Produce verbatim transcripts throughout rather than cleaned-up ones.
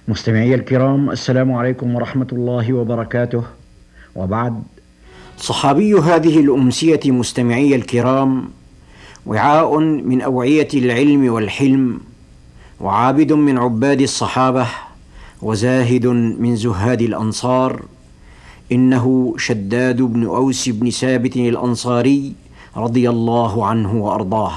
مستمعي الكرام، السلام عليكم ورحمة الله وبركاته. وبعد، صحابي هذه الأمسية مستمعي الكرام وعاء من أوعية العلم والحلم، وعابد من عباد الصحابة، وزاهد من زهاد الأنصار. إنه شداد بن أوس بن ثابت الأنصاري رضي الله عنه وأرضاه.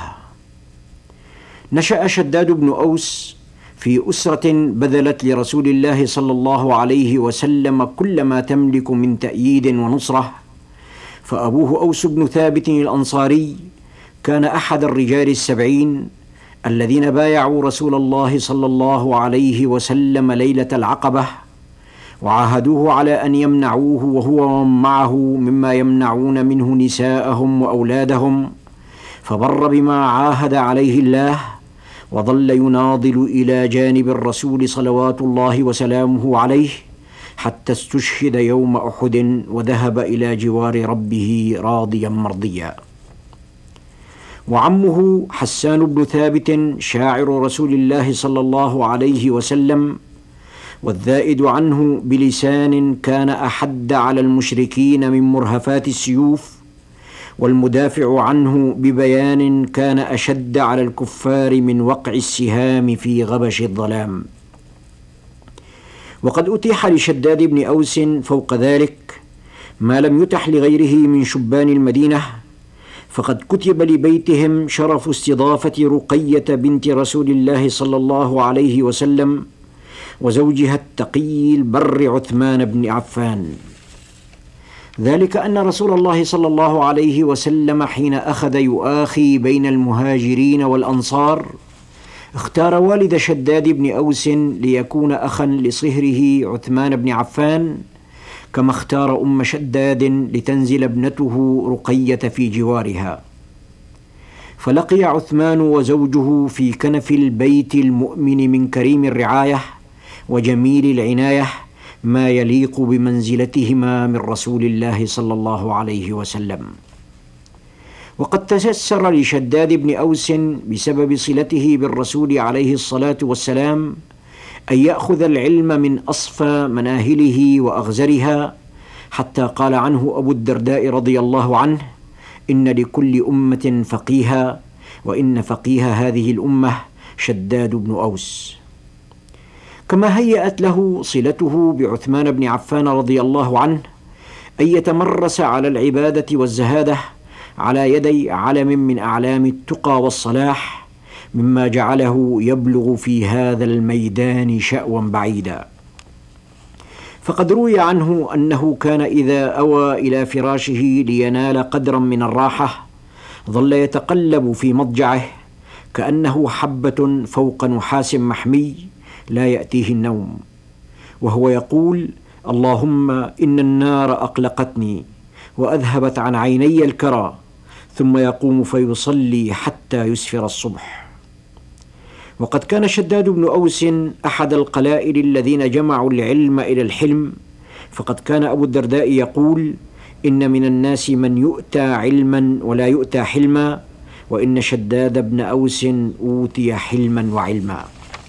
نشأ شداد بن أوس في أسرة بذلت لرسول الله صلى الله عليه وسلم كل ما تملك من تأييد ونصرة. فأبوه أوس بن ثابت الأنصاري كان أحد الرجال السبعين الذين بايعوا رسول الله صلى الله عليه وسلم ليلة العقبة، وعاهدوه على أن يمنعوه وهو ومن معه مما يمنعون منه نساءهم وأولادهم، فبر بما عاهد عليه الله، وظل يناضل إلى جانب الرسول صلوات الله وسلامه عليه حتى استشهد يوم أحد، وذهب إلى جوار ربه راضيا مرضيا. وعمه حسان بن ثابت شاعر رسول الله صلى الله عليه وسلم، والذائد عنه بلسان كان أحد على المشركين من مرهفات السيوف، والمدافع عنه ببيان كان أشد على الكفار من وقع السهام في غبش الظلام. وقد أتيح لشداد بن أوس فوق ذلك ما لم يتح لغيره من شبان المدينة، فقد كتب لبيتهم شرف استضافة رقية بنت رسول الله صلى الله عليه وسلم وزوجها التقي البر عثمان بن عفان. ذلك أن رسول الله صلى الله عليه وسلم حين أخذ يؤاخي بين المهاجرين والأنصار اختار والد شداد بن أوس ليكون أخا لصهره عثمان بن عفان، كما اختار أم شداد لتنزل ابنته رقية في جوارها. فلقي عثمان وزوجه في كنف البيت المؤمن من كريم الرعاية وجميل العناية ما يليق بمنزلتهما من رسول الله صلى الله عليه وسلم. وقد تيسر لشداد بن أوس بسبب صلته بالرسول عليه الصلاة والسلام أن يأخذ العلم من أصفى مناهله وأغزرها، حتى قال عنه أبو الدرداء رضي الله عنه: إن لكل أمة فقيها، وإن فقيه هذه الأمة شداد بن أوس. كما هيأت له صلته بعثمان بن عفان رضي الله عنه أن يتمرس على العبادة والزهادة على يدي علم من أعلام التقى والصلاح، مما جعله يبلغ في هذا الميدان شأوا بعيدا. فقد روي عنه أنه كان إذا أوى إلى فراشه لينال قدرا من الراحة ظل يتقلب في مضجعه كأنه حبة فوق نحاس محمي لا يأتيه النوم، وهو يقول: اللهم إن النار أقلقتني وأذهبت عن عيني الكرى، ثم يقوم فيصلي حتى يسفر الصبح. وقد كان شداد بن أوس أحد القلائل الذين جمعوا العلم إلى الحلم، فقد كان أبو الدرداء يقول: إن من الناس من يؤتى علما ولا يؤتى حلما، وإن شداد بن أوس أوتي حلما وعلما.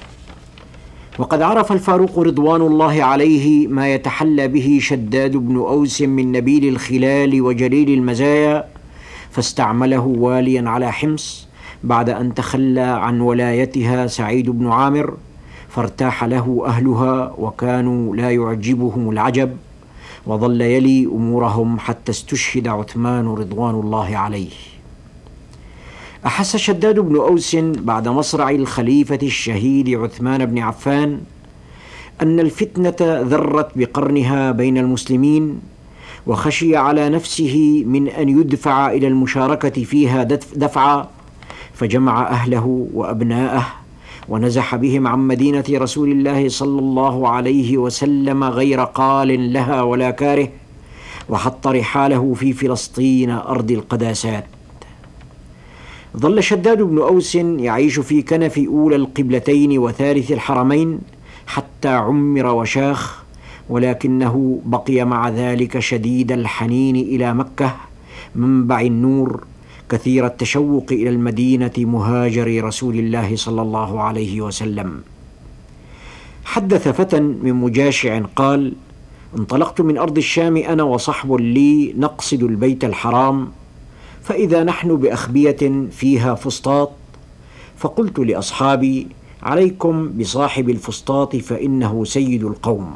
وقد عرف الفاروق رضوان الله عليه ما يتحلى به شداد بن أوس من نبيل الخلال وجليل المزايا، فاستعمله واليا على حمص بعد أن تخلى عن ولايتها سعيد بن عامر، فارتاح له أهلها وكانوا لا يعجبهم العجب، وظل يلي أمورهم حتى استشهد عثمان رضوان الله عليه. أحس شداد بن أوس بعد مصرع الخليفة الشهيد عثمان بن عفان أن الفتنة ذرت بقرنها بين المسلمين، وخشي على نفسه من أن يدفع إلى المشاركة فيها دفعا، فجمع أهله وأبناءه ونزح بهم عن مدينة رسول الله صلى الله عليه وسلم غير قال لها ولا كاره، وحط رحاله في فلسطين أرض القداسات. ظل شداد بن أوس يعيش في كنف أولى القبلتين وثالث الحرمين حتى عمر وشاخ، ولكنه بقي مع ذلك شديد الحنين إلى مكة منبع النور، كثير التشوق إلى المدينة مهاجر رسول الله صلى الله عليه وسلم. حدث فتى من مجاشع قال: انطلقت من أرض الشام أنا وصحب لي نقصد البيت الحرام، فإذا نحن بأخبية فيها فسطاط، فقلت لأصحابي: عليكم بصاحب الفسطاط فإنه سيد القوم.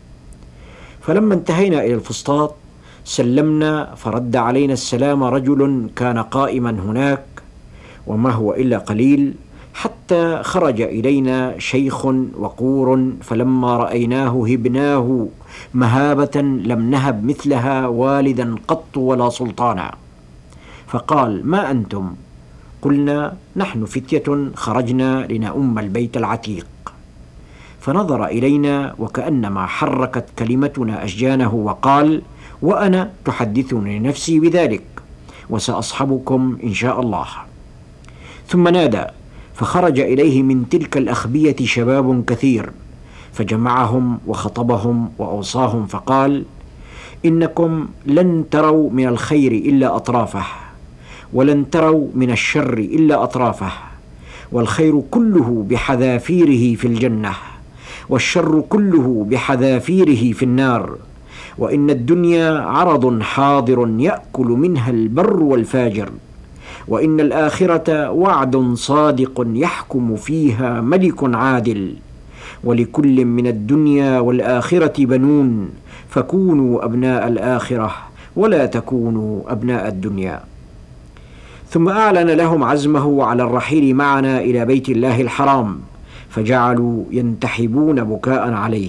فلما انتهينا إلى الفسطاط سلمنا، فرد علينا السلام رجل كان قائما هناك، وما هو إلا قليل حتى خرج إلينا شيخ وقور، فلما رأيناه هبناه مهابة لم نهب مثلها والدا قط ولا سلطانا. فقال: ما أنتم؟ قلنا: نحن فتية خرجنا لنؤم البيت العتيق. فنظر إلينا وكأنما حركت كلمتنا أشجانه وقال: وأنا تحدثني نفسي بذلك، وسأصحبكم إن شاء الله. ثم نادى، فخرج إليه من تلك الأخبية شباب كثير، فجمعهم وخطبهم وأوصاهم فقال: إنكم لن تروا من الخير إلا أطرافه، ولن تروا من الشر إلا أطرافه، والخير كله بحذافيره في الجنة، والشر كله بحذافيره في النار، وإن الدنيا عرض حاضر يأكل منها البر والفاجر، وإن الآخرة وعد صادق يحكم فيها ملك عادل، ولكل من الدنيا والآخرة بنون، فكونوا أبناء الآخرة ولا تكونوا أبناء الدنيا. ثم أعلن لهم عزمه على الرحيل معنا إلى بيت الله الحرام، فجعلوا ينتحبون بكاء عليه.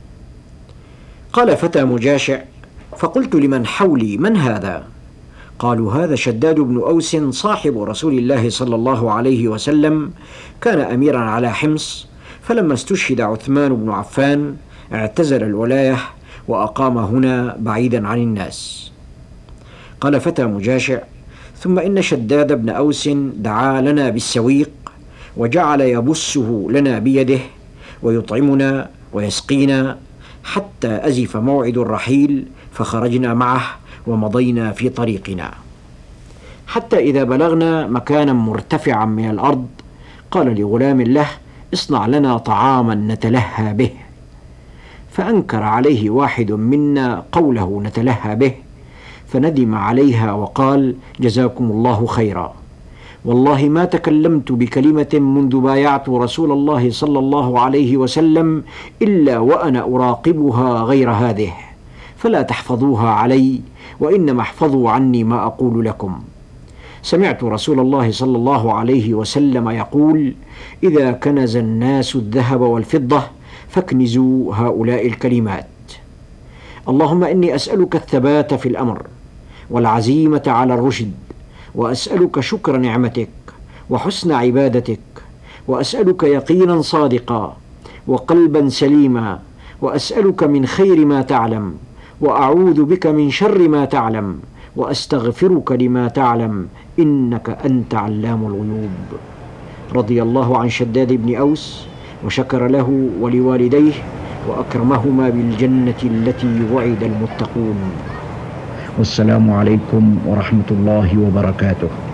قال فتى مجاشع: فقلت لمن حولي: من هذا؟ قالوا: هذا شداد بن أوس صاحب رسول الله صلى الله عليه وسلم، كان أميرا على حمص، فلما استشهد عثمان بن عفان اعتزل الولاية وأقام هنا بعيدا عن الناس. قال فتى مجاشع: ثم إن شداد بن أوس دعا لنا بالسويق، وجعل يبسه لنا بيده ويطعمنا ويسقينا حتى أزف موعد الرحيل، فخرجنا معه ومضينا في طريقنا، حتى إذا بلغنا مكانا مرتفعا من الأرض قال لغلام له: اصنع لنا طعاما نتلهى به. فأنكر عليه واحد منا قوله نتلهى به، فندم عليها وقال: جزاكم الله خيرا، والله ما تكلمت بكلمة منذ بايعت رسول الله صلى الله عليه وسلم إلا وأنا أراقبها غير هذه، فلا تحفظوها علي، وإنما احفظوا عني ما أقول لكم. سمعت رسول الله صلى الله عليه وسلم يقول: إذا كنز الناس الذهب والفضة فاكنزوا هؤلاء الكلمات: اللهم إني أسألك الثبات في الأمر والعزيمة على الرشد، وأسألك شكر نعمتك وحسن عبادتك، وأسألك يقينا صادقا وقلبا سليما، وأسألك من خير ما تعلم، وأعوذ بك من شر ما تعلم، وأستغفرك لما تعلم، إنك أنت علام الغيوب. رضي الله عن شداد بن أوس، وشكر له ولوالديه، وأكرمهما بالجنة التي وعد المتقون. والسلام عليكم ورحمة الله وبركاته.